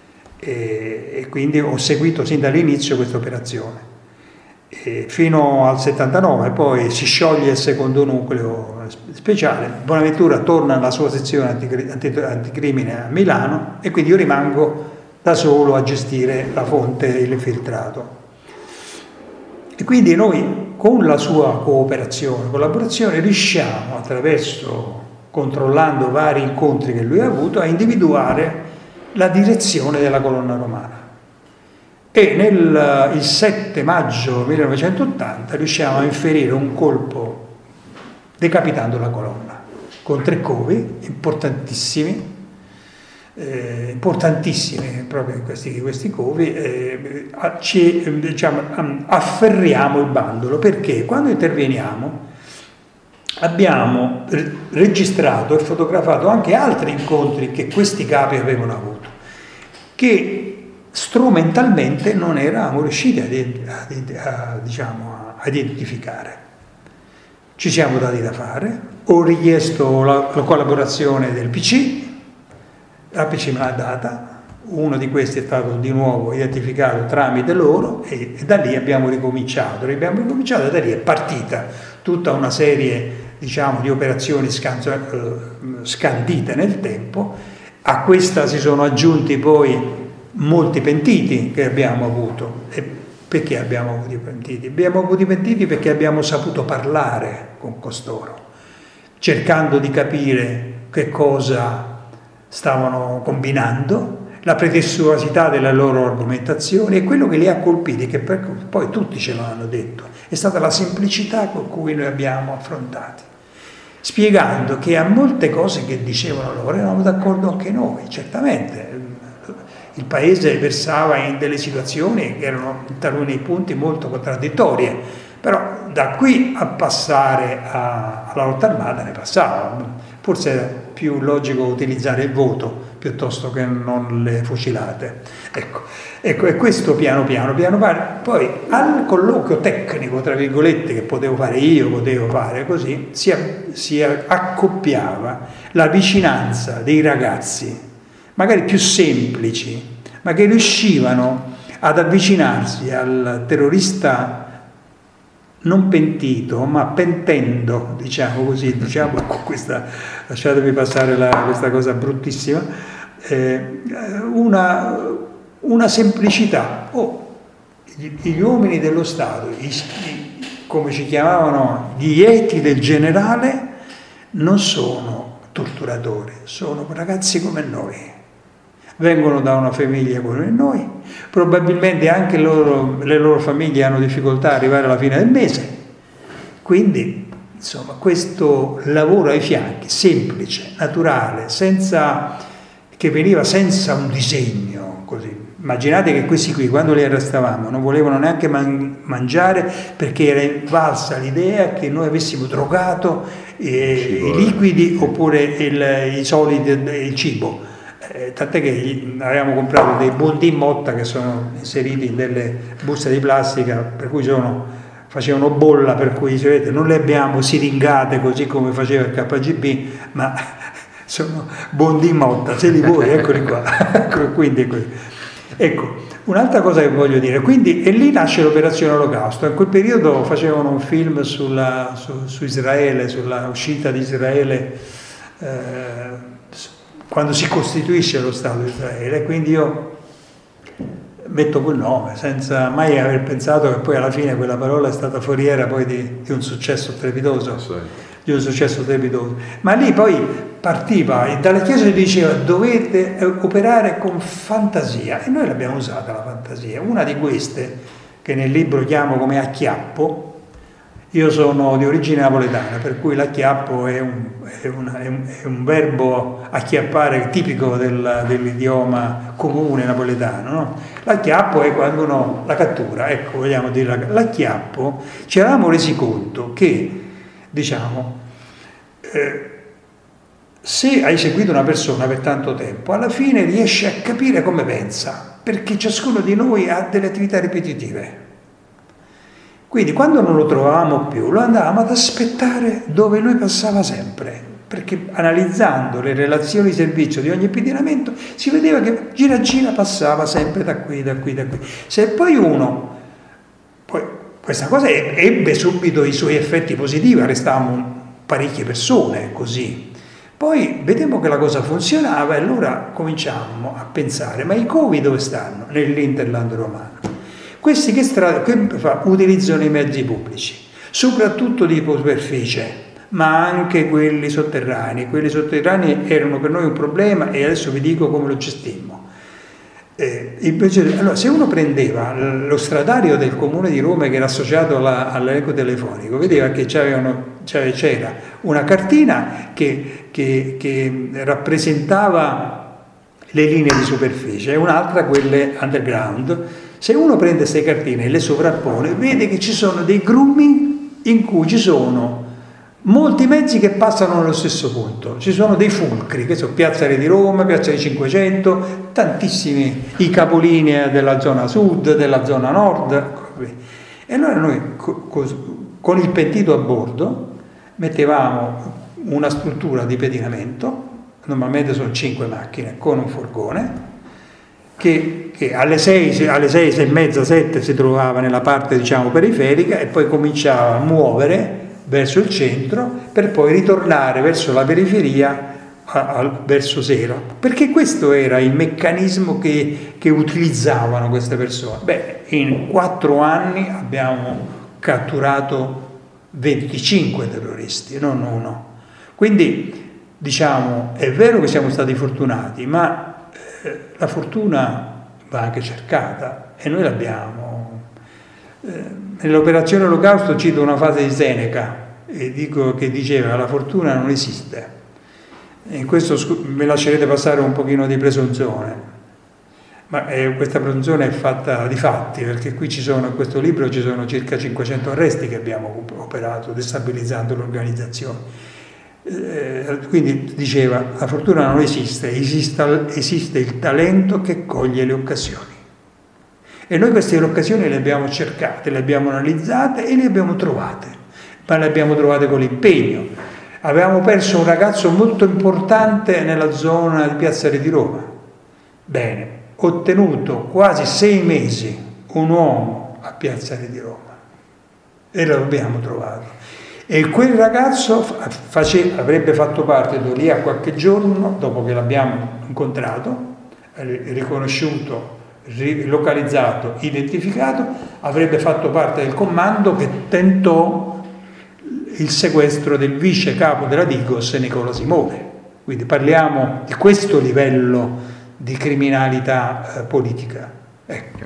e, e quindi ho seguito sin dall'inizio questa operazione. E fino al settantanove, poi si scioglie il secondo nucleo speciale, Bonaventura torna alla sua sezione anticrimine a Milano, e quindi io rimango da solo a gestire la fonte e l'infiltrato. E quindi noi, con la sua cooperazione, collaborazione, riusciamo, attraverso, controllando vari incontri che lui ha avuto, a individuare la direzione della colonna romana. E nel il sette maggio millenovecentottanta riusciamo a inferire un colpo decapitando la colonna, con tre covi importantissimi, Eh, importantissimi proprio in questi, questi covi, eh, ci diciamo, afferriamo il bandolo, perché quando interveniamo abbiamo registrato e fotografato anche altri incontri che questi capi avevano avuto, che strumentalmente non eravamo riusciti a, a, a, diciamo, a identificare. Ci siamo dati da fare, ho richiesto la, la collaborazione del P C, la P C me l'ha data, uno di questi è stato di nuovo identificato tramite loro, e, e da lì abbiamo ricominciato, abbiamo ricominciato e da lì è partita tutta una serie, diciamo, di operazioni scanso, eh, scandite nel tempo. A questa si sono aggiunti poi molti pentiti che abbiamo avuto. E perché abbiamo avuto i pentiti? Abbiamo avuto i pentiti perché abbiamo saputo parlare con costoro, cercando di capire che cosa stavano combinando, la pretestuosità della loro argomentazione, e quello che li ha colpiti, che poi tutti ce lo hanno detto, è stata la semplicità con cui noi abbiamo affrontati, spiegando che a molte cose che dicevano loro eravamo d'accordo anche noi. Certamente il paese versava in delle situazioni che erano in taluni punti molto contraddittorie, però da qui a passare a, alla lotta armata ne passava. Forse era più logico utilizzare il voto piuttosto che non le fucilate. Ecco, ecco, e questo piano piano, piano piano. Poi al colloquio tecnico, tra virgolette, che potevo fare io, potevo fare così, si, si accoppiava la vicinanza dei ragazzi, magari più semplici, ma che riuscivano ad avvicinarsi al terrorista non pentito, ma pentendo, diciamo così, diciamo con questa, lasciatemi passare la, questa cosa bruttissima, eh, una, una semplicità. Oh, gli, gli uomini dello Stato, i, i, come ci chiamavano, gli eti del generale, non sono torturatori, sono ragazzi come noi. Vengono da una famiglia come noi, probabilmente anche loro, le loro famiglie hanno difficoltà ad arrivare alla fine del mese, quindi insomma questo lavoro ai fianchi, semplice, naturale, senza, che veniva senza un disegno così. Immaginate che questi qui, quando li arrestavamo, non volevano neanche man- mangiare perché era invalsa l'idea che noi avessimo drogato eh, i liquidi oppure il, i solidi, il cibo. Eh, tant'è che avevamo comprato dei bondi Motta che sono inseriti in delle buste di plastica, per cui sono, facevano bolla, per cui vedete, non le abbiamo siringate così come faceva il K G B, ma sono bondi Motta, se li vuoi, eccoli qua. Quindi, ecco, un'altra cosa che voglio dire, quindi, e lì nasce l'operazione Olocausto. In quel periodo facevano un film sulla, su, su Israele, sulla uscita di Israele, eh, quando si costituisce lo Stato di Israele, quindi io metto quel nome senza mai aver pensato che poi alla fine quella parola è stata foriera poi di, di un successo strepitoso, sì. di un successo strepitoso. Ma lì poi partiva, e dalla Chiesa si diceva dovete operare con fantasia, e noi l'abbiamo usata la fantasia. Una di queste, che che nel libro chiamo come acchiappo. Io sono di origine napoletana, per cui l'acchiappo è un, è una, è un, è un verbo acchiappare tipico del, dell'idioma comune napoletano, no? L'acchiappo è quando uno la cattura, ecco, vogliamo dire l'acchiappo. Ci eravamo resi conto che, diciamo, eh, se hai seguito una persona per tanto tempo, alla fine riesci a capire come pensa, perché ciascuno di noi ha delle attività ripetitive. Quindi quando non lo trovavamo più, lo andavamo ad aspettare dove lui passava sempre, perché analizzando le relazioni di servizio di ogni pedinamento si vedeva che gira gira passava sempre da qui, da qui, da qui. Se poi uno, poi questa cosa ebbe subito i suoi effetti positivi, arrestavamo parecchie persone così. Poi vedemmo che la cosa funzionava e allora cominciammo a pensare, ma i covi dove stanno? Nell'Interland romano. Questi che, strada, che fa? Utilizzano i mezzi pubblici, soprattutto di superficie, ma anche quelli sotterranei. Quelli sotterranei erano per noi un problema e adesso vi dico come lo gestimmo. Eh, invece, allora, se uno prendeva lo stradario del Comune di Roma che era associato alla, all'elenco telefonico, vedeva che c'era una cartina che, che, che rappresentava le linee di superficie e un'altra quelle underground. Se uno prende queste cartine e le sovrappone, vede che ci sono dei grumi in cui ci sono molti mezzi che passano nello stesso punto. Ci sono dei fulcri, che sono Piazza Re di Roma, Piazza dei Cinquecento, tantissimi, i capolinea della zona sud, della zona nord. E allora noi con il pentito a bordo mettevamo una struttura di pedinamento, normalmente sono cinque macchine con un furgone, che, che alle sei, alle sei, sei e mezza, sette si trovava nella parte, diciamo, periferica e poi cominciava a muovere verso il centro per poi ritornare verso la periferia a, a, verso sera. Perché questo era il meccanismo che, che utilizzavano queste persone. Beh, in quattro anni abbiamo catturato venticinque terroristi, non uno. Quindi, diciamo, è vero che siamo stati fortunati, ma la fortuna va anche cercata e noi l'abbiamo. Eh, nell'operazione Olocausto cito una frase di Seneca e dico che diceva: la fortuna non esiste. E in questo mi lascerete passare un pochino di presunzione, ma eh, questa presunzione è fatta di fatti, perché qui ci sono, in questo libro ci sono circa cinquecento arresti che abbiamo operato destabilizzando l'organizzazione. Eh, quindi diceva: la fortuna non esiste, esiste, esiste il talento che coglie le occasioni. E noi queste occasioni le abbiamo cercate, le abbiamo analizzate e le abbiamo trovate, ma le abbiamo trovate con l'impegno. Avevamo perso un ragazzo molto importante nella zona di Piazza Re di Roma. Bene, ho tenuto quasi sei mesi un uomo a Piazza Re di Roma e lo abbiamo trovato. E quel ragazzo face, avrebbe fatto parte da lì a qualche giorno, dopo che l'abbiamo incontrato, riconosciuto, localizzato, identificato, avrebbe fatto parte del comando che tentò il sequestro del vice capo della Digos, Nicola Simone. Quindi parliamo di questo livello di criminalità eh, politica. Ecco.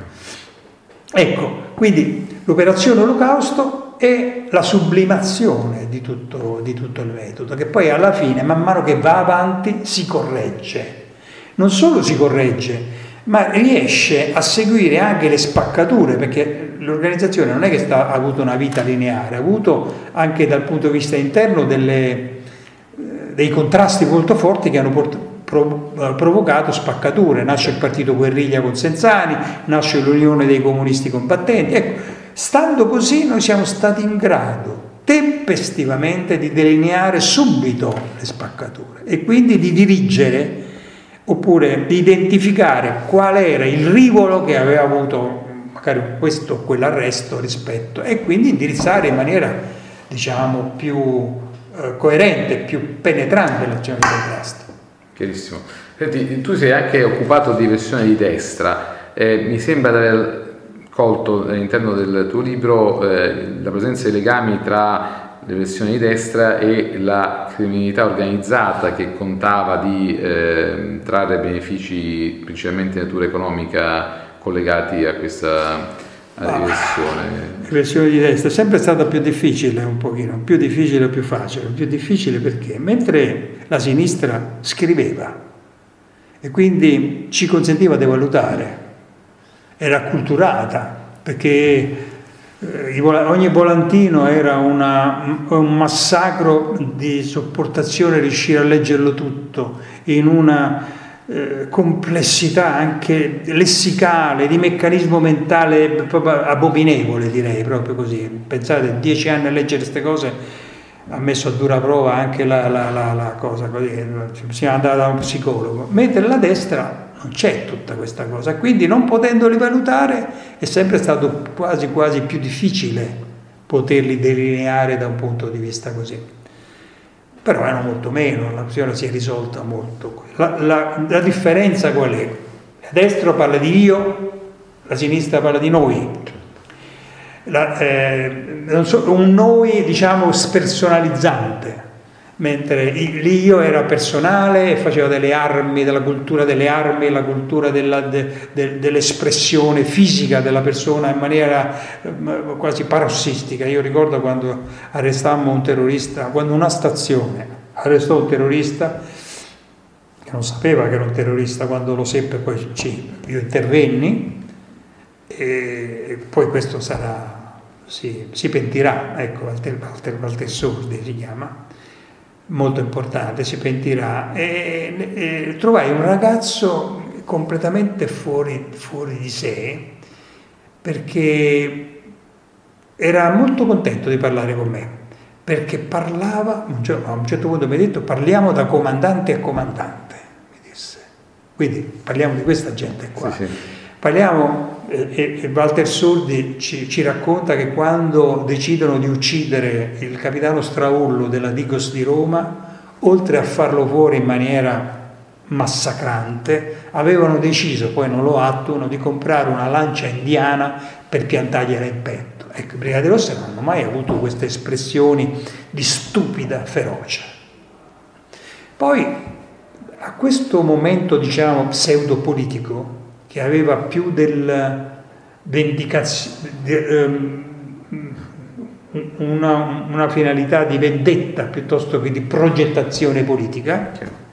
Ecco, quindi l'operazione Olocausto è la sublimazione di tutto, di tutto il metodo, che poi alla fine, man mano che va avanti, si corregge. Non solo si corregge, ma riesce a seguire anche le spaccature, perché l'organizzazione non è che sta, ha avuto una vita lineare, ha avuto anche dal punto di vista interno delle, dei contrasti molto forti che hanno portato provocato spaccature. Nasce il partito guerriglia con Senzani, nasce l'Unione dei Comunisti Combattenti. Ecco, stando così noi siamo stati in grado tempestivamente di delineare subito le spaccature e quindi di dirigere oppure di identificare qual era il rivolo che aveva avuto magari questo o quell'arresto rispetto e quindi indirizzare in maniera, diciamo, più eh, coerente, più penetrante l'azione di contrasto. Chiarissimo. Senti, tu sei anche occupato di versione di destra, eh, mi sembra di aver colto all'interno del tuo libro eh, la presenza dei legami tra le versioni di destra e la criminalità organizzata che contava di eh, trarre benefici principalmente di natura economica collegati a questa la direzione? La direzione di destra è sempre stata più difficile, un pochino, più difficile o più facile, più difficile perché mentre la sinistra scriveva e quindi ci consentiva di valutare, era acculturata, perché ogni volantino era una, un massacro di sopportazione, riuscire a leggerlo tutto in una eh, complessità anche lessicale, di meccanismo mentale proprio abominevole, direi, proprio così. Pensate, dieci anni a leggere queste cose ha messo a dura prova anche la, la, la, la cosa così, bisogna andare da un psicologo, mentre la destra non c'è tutta questa cosa, quindi non potendoli valutare è sempre stato quasi quasi più difficile poterli delineare da un punto di vista così. Però erano molto meno, la questione si è risolta molto. La, la, la differenza qual è? La destra parla di io, la sinistra parla di noi. La, eh, non so, un noi diciamo spersonalizzante, mentre l'io era personale e faceva delle armi, della cultura delle armi, la cultura della, de, de, dell'espressione fisica della persona in maniera eh, quasi parossistica. Io ricordo quando arrestammo un terrorista, quando una stazione arrestò un terrorista che non sapeva che era un terrorista, quando lo seppe poi ci, io intervenni e poi questo sarà, si, si pentirà, ecco, Walter, Walter, Walter Sordi si chiama, molto importante, si pentirà, e, e trovai un ragazzo completamente fuori, fuori di sé, perché era molto contento di parlare con me, perché parlava, a un certo punto mi ha detto parliamo da comandante a comandante, mi disse, quindi parliamo di questa gente qua. Sì, sì. Parliamo, e, e Walter Sordi ci, ci racconta che quando decidono di uccidere il capitano Straullo della Digos di Roma, oltre a farlo fuori in maniera massacrante, avevano deciso, poi non lo attuano, di comprare una lancia indiana per piantargliela in petto. Ecco, i Brigate Rosse non hanno mai avuto queste espressioni di stupida ferocia. Poi, a questo momento, diciamo, pseudopolitico, che aveva più del vendicazione, una, una finalità di vendetta piuttosto che di progettazione politica,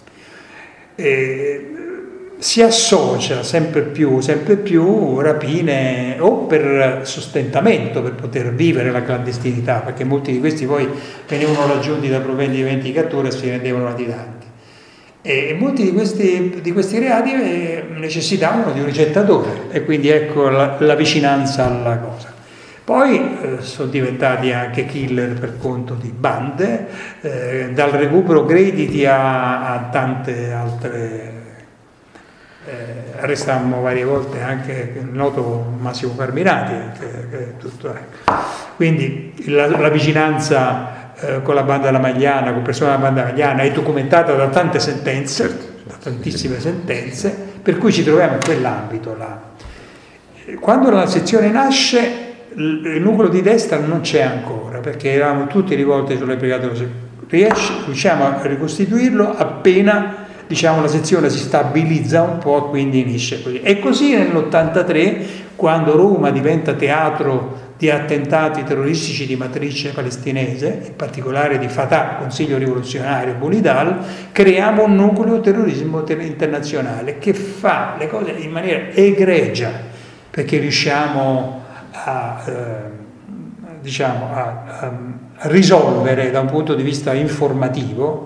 eh, si associa sempre più, sempre più rapine o per sostentamento, per poter vivere la clandestinità, perché molti di questi poi venivano raggiunti da proventi di vendicatura e si rendevano latitanti. E molti di questi, di questi reati necessitavano di un ricettatore e quindi ecco la, la vicinanza alla cosa. Poi eh, sono diventati anche killer per conto di bande, eh, dal recupero crediti a, a tante altre. Eh, arrestammo varie volte anche il noto Massimo Parmirati, che, che tutto, ecco. Quindi la, la vicinanza con la banda della Magliana, con persone della banda Magliana, è documentata da tante sentenze, certo, da tantissime sentenze, per cui ci troviamo in quell'ambito là. Quando la sezione nasce, il nucleo di destra non c'è ancora, perché eravamo tutti rivolti sulle Brigate Rosse. Riusciamo a ricostituirlo appena, diciamo, la sezione si stabilizza un po', quindi inizia così. E così nell'ottantatré, quando Roma diventa teatro di attentati terroristici di matrice palestinese, in particolare di Fatah, Consiglio Rivoluzionario, Bulidal, creiamo un nucleo terrorismo internazionale che fa le cose in maniera egregia, perché riusciamo a, eh, diciamo, a, a risolvere da un punto di vista informativo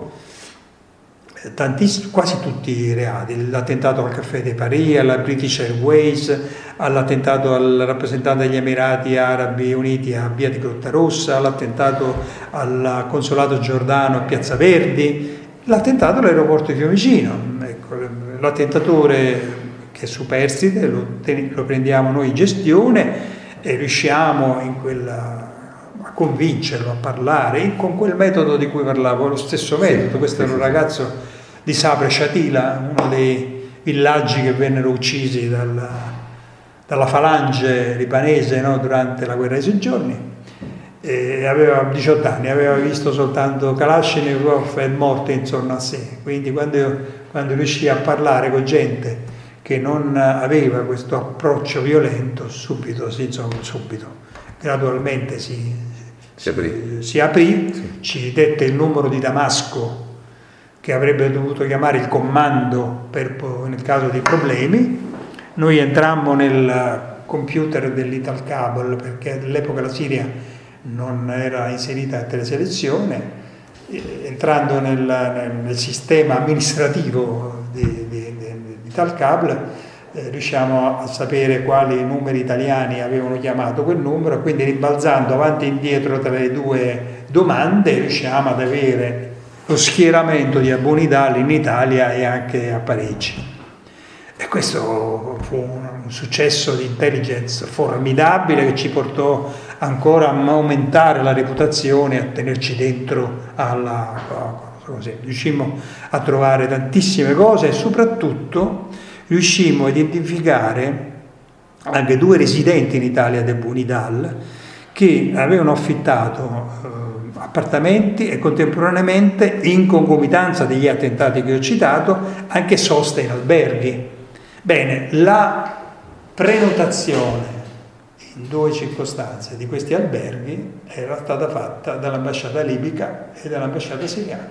Tantiss- quasi tutti i reati, l'attentato al Caffè de Paris, alla British Airways, all'attentato al rappresentante degli Emirati Arabi Uniti a Via di Grottarossa, l'attentato al consolato giordano a Piazza Verdi, l'attentato all'aeroporto di Fiumicino. Ecco, l'attentatore che è superstite lo, lo prendiamo noi in gestione e riusciamo in quella, a convincerlo a parlare con quel metodo di cui parlavo, lo stesso metodo. Questo era un ragazzo di Sapre Shatila, uno dei villaggi che vennero uccisi dalla, dalla falange libanese, no, durante la guerra dei sei giorni, e aveva diciotto anni, aveva visto soltanto Kalashnikov e morte intorno a sé, quindi quando, quando riuscì a parlare con gente che non aveva questo approccio violento, subito, sì, insomma, subito, gradualmente si, si aprì, si aprì sì. Ci dette il numero di Damasco che avrebbe dovuto chiamare il comando per, nel caso di problemi. Noi entrammo nel computer dell'Italcable, perché all'epoca la Siria non era inserita a teleselezione, entrando nel, nel, nel sistema amministrativo di, di, di, di Italcable eh, riusciamo a sapere quali numeri italiani avevano chiamato quel numero, quindi rimbalzando avanti e indietro tra le due domande riusciamo ad avere lo schieramento di Abu Nidal in Italia e anche a Parigi. E questo fu un successo di intelligence formidabile che ci portò ancora a aumentare la reputazione, a tenerci dentro alla cosa così. Riuscimmo a trovare tantissime cose e soprattutto riuscimmo a identificare anche due residenti in Italia di Abu Nidal che avevano affittato eh, appartamenti e contemporaneamente, in concomitanza degli attentati che ho citato, anche soste in alberghi. Bene, la prenotazione in due circostanze di questi alberghi era stata fatta dall'ambasciata libica e dall'ambasciata siriana,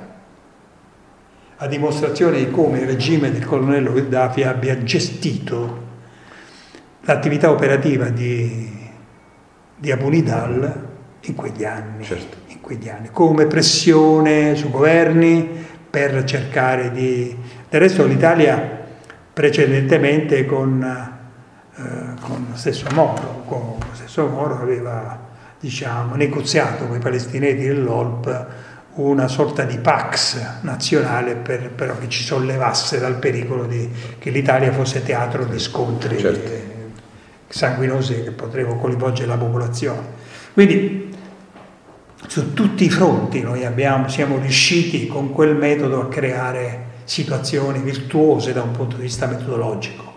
a dimostrazione di come il regime del colonnello Gheddafi abbia gestito l'attività operativa di, di Abu Nidal in quegli anni, certo. in quegli anni, come pressione su governi per cercare di... Del resto l'Italia precedentemente con, eh, con lo stesso Moro, con lo stesso Moro aveva, diciamo, negoziato con i palestinesi dell'O L P una sorta di Pax nazionale per, però che ci sollevasse dal pericolo di, che l'Italia fosse teatro di scontri certo. eh, sanguinosi che potrebbero coinvolgere la popolazione. Quindi su tutti i fronti noi abbiamo, siamo riusciti con quel metodo a creare situazioni virtuose da un punto di vista metodologico.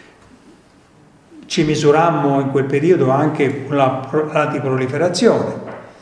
Ci misurammo in quel periodo anche la, l'antiproliferazione.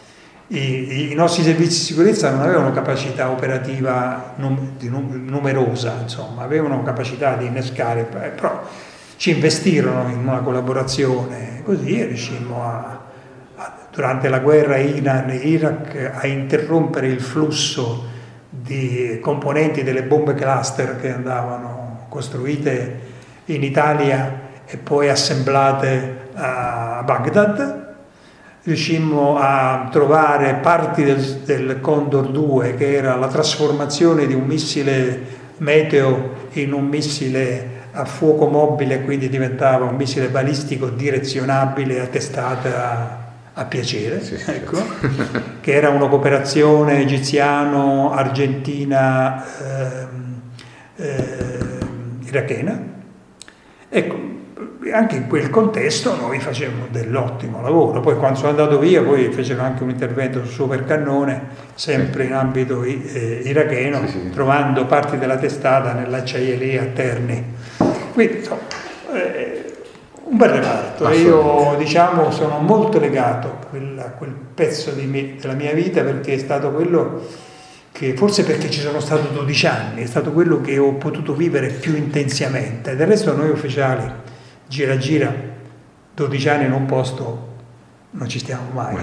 I, I nostri servizi di sicurezza non avevano capacità operativa num, di num, numerosa, insomma, avevano capacità di innescare, però ci investirono in una collaborazione così e riuscimmo a, a, durante la guerra Iran-Iraq a interrompere il flusso di componenti delle bombe cluster che andavano costruite in Italia e poi assemblate a Baghdad. Riuscimmo a trovare parti del, del Condor due, che era la trasformazione di un missile meteo in un missile a fuoco mobile, quindi diventava un missile balistico direzionabile a testata a piacere, sì, sì, ecco, che era una cooperazione egiziano-argentina eh, eh, irachena. Ecco, anche in quel contesto noi facevamo dell'ottimo lavoro. Poi quando sono andato via poi fecero anche un intervento su supercannone, sempre in ambito eh, iracheno, sì, sì. trovando parti della testata nell'acciaieria a Terni. Quindi insomma, eh, un bel reparto, e io diciamo sono molto legato a quel, a quel pezzo di me, della mia vita, perché è stato quello che, forse perché ci sono stato dodici anni, è stato quello che ho potuto vivere più intensamente. Del resto noi ufficiali, gira gira, dodici anni in un posto non ci stiamo mai.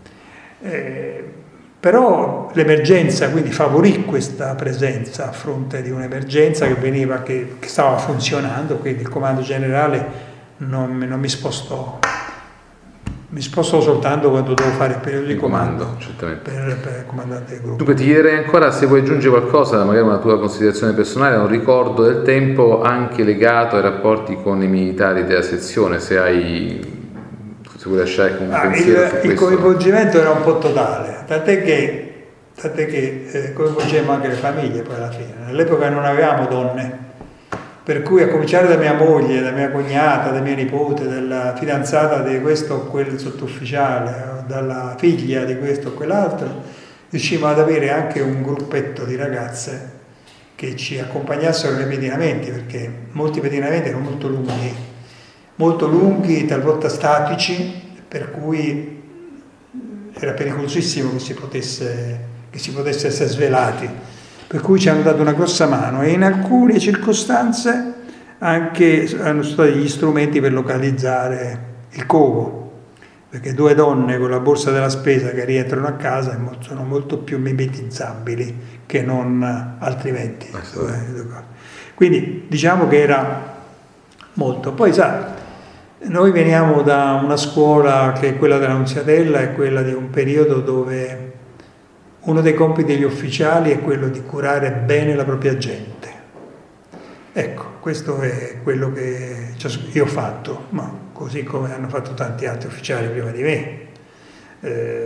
Eh, però l'emergenza quindi favorì questa presenza a fronte di un'emergenza che veniva, che, che stava funzionando, quindi il comando generale Non, non mi spostò, mi spostò soltanto quando dovevo fare il periodo di comando, comando per, per il comandante del gruppo. Dunque ti chiederei ancora se vuoi aggiungere qualcosa, magari una tua considerazione personale, un ricordo del tempo anche legato ai rapporti con i militari della sezione, se hai, se vuoi lasciare un ah, pensiero il, su il questo. coinvolgimento era un po' totale, tant'è che, tant'è che eh, coinvolgemmo anche le famiglie poi alla fine. All'epoca non avevamo donne, per cui a cominciare da mia moglie, da mia cognata, da mia nipote, dalla fidanzata di questo o quel sottufficiale, dalla figlia di questo o quell'altro, riuscimmo ad avere anche un gruppetto di ragazze che ci accompagnassero nei pedinamenti, perché molti pedinamenti erano molto lunghi, molto lunghi, talvolta statici, per cui era pericolosissimo che si potesse, che si potesse essere svelati. Per cui ci hanno dato una grossa mano e in alcune circostanze anche hanno stati gli strumenti per localizzare il covo, perché due donne con la borsa della spesa che rientrano a casa sono molto più mimetizzabili che non altrimenti. Quindi diciamo che era molto. Poi sa, noi veniamo da una scuola che è quella della Nunziatella, è quella di un periodo dove uno dei compiti degli ufficiali è quello di curare bene la propria gente. Ecco, questo è quello che io ho fatto, ma così come hanno fatto tanti altri ufficiali prima di me. Eh,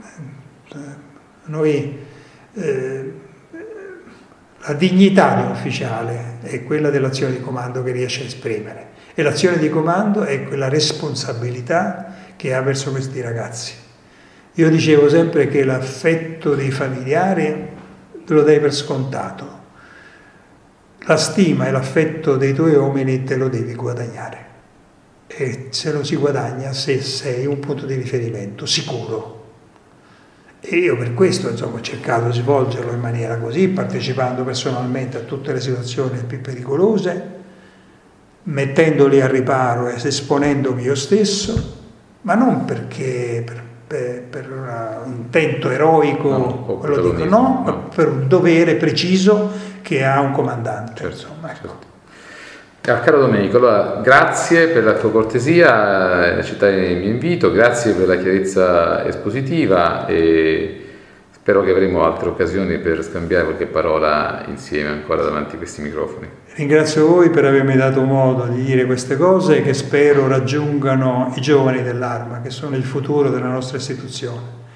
noi, eh, la dignità di un ufficiale è quella dell'azione di comando che riesce a esprimere, e l'azione di comando è quella responsabilità che ha verso questi ragazzi. Io dicevo sempre che l'affetto dei familiari lo dai per scontato, la stima e l'affetto dei tuoi uomini te lo devi guadagnare, e se lo si guadagna se sei un punto di riferimento sicuro. E io per questo insomma, ho cercato di svolgerlo in maniera così, partecipando personalmente a tutte le situazioni più pericolose, mettendoli a riparo e esponendomi io stesso, ma non perché per, per, per un intento eroico, no, quello dico, no, no, per un dovere preciso che ha un comandante. Certo, insomma, ecco. certo. Ah, caro Domenico, allora, grazie per la tua cortesia, accettare il mio invito, grazie per la chiarezza espositiva e spero che avremo altre occasioni per scambiare qualche parola insieme ancora davanti a questi microfoni. Ringrazio voi per avermi dato modo di dire queste cose che spero raggiungano i giovani dell'Arma, che sono il futuro della nostra istituzione,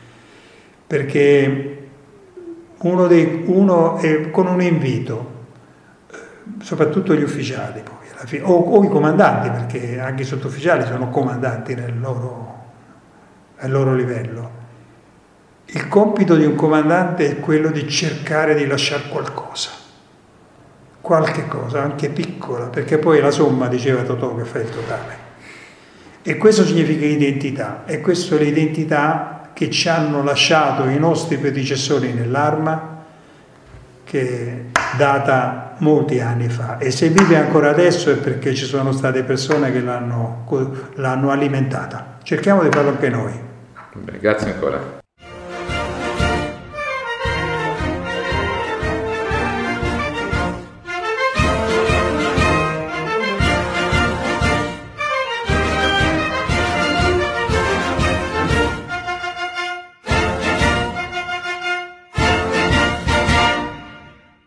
perché uno, dei, uno è con un invito, soprattutto gli ufficiali poi, alla fine, o, o i comandanti, perché anche i sottufficiali sono comandanti nel loro, nel loro livello. Il compito di un comandante è quello di cercare di lasciare qualcosa, qualche cosa, anche piccola, perché poi la somma, diceva Totò, che fa il totale. E questo significa identità, e questa è l'identità che ci hanno lasciato i nostri predecessori nell'Arma, che è data molti anni fa, e se vive ancora adesso è perché ci sono state persone che l'hanno, l'hanno alimentata. Cerchiamo di farlo anche noi. Bene, grazie ancora.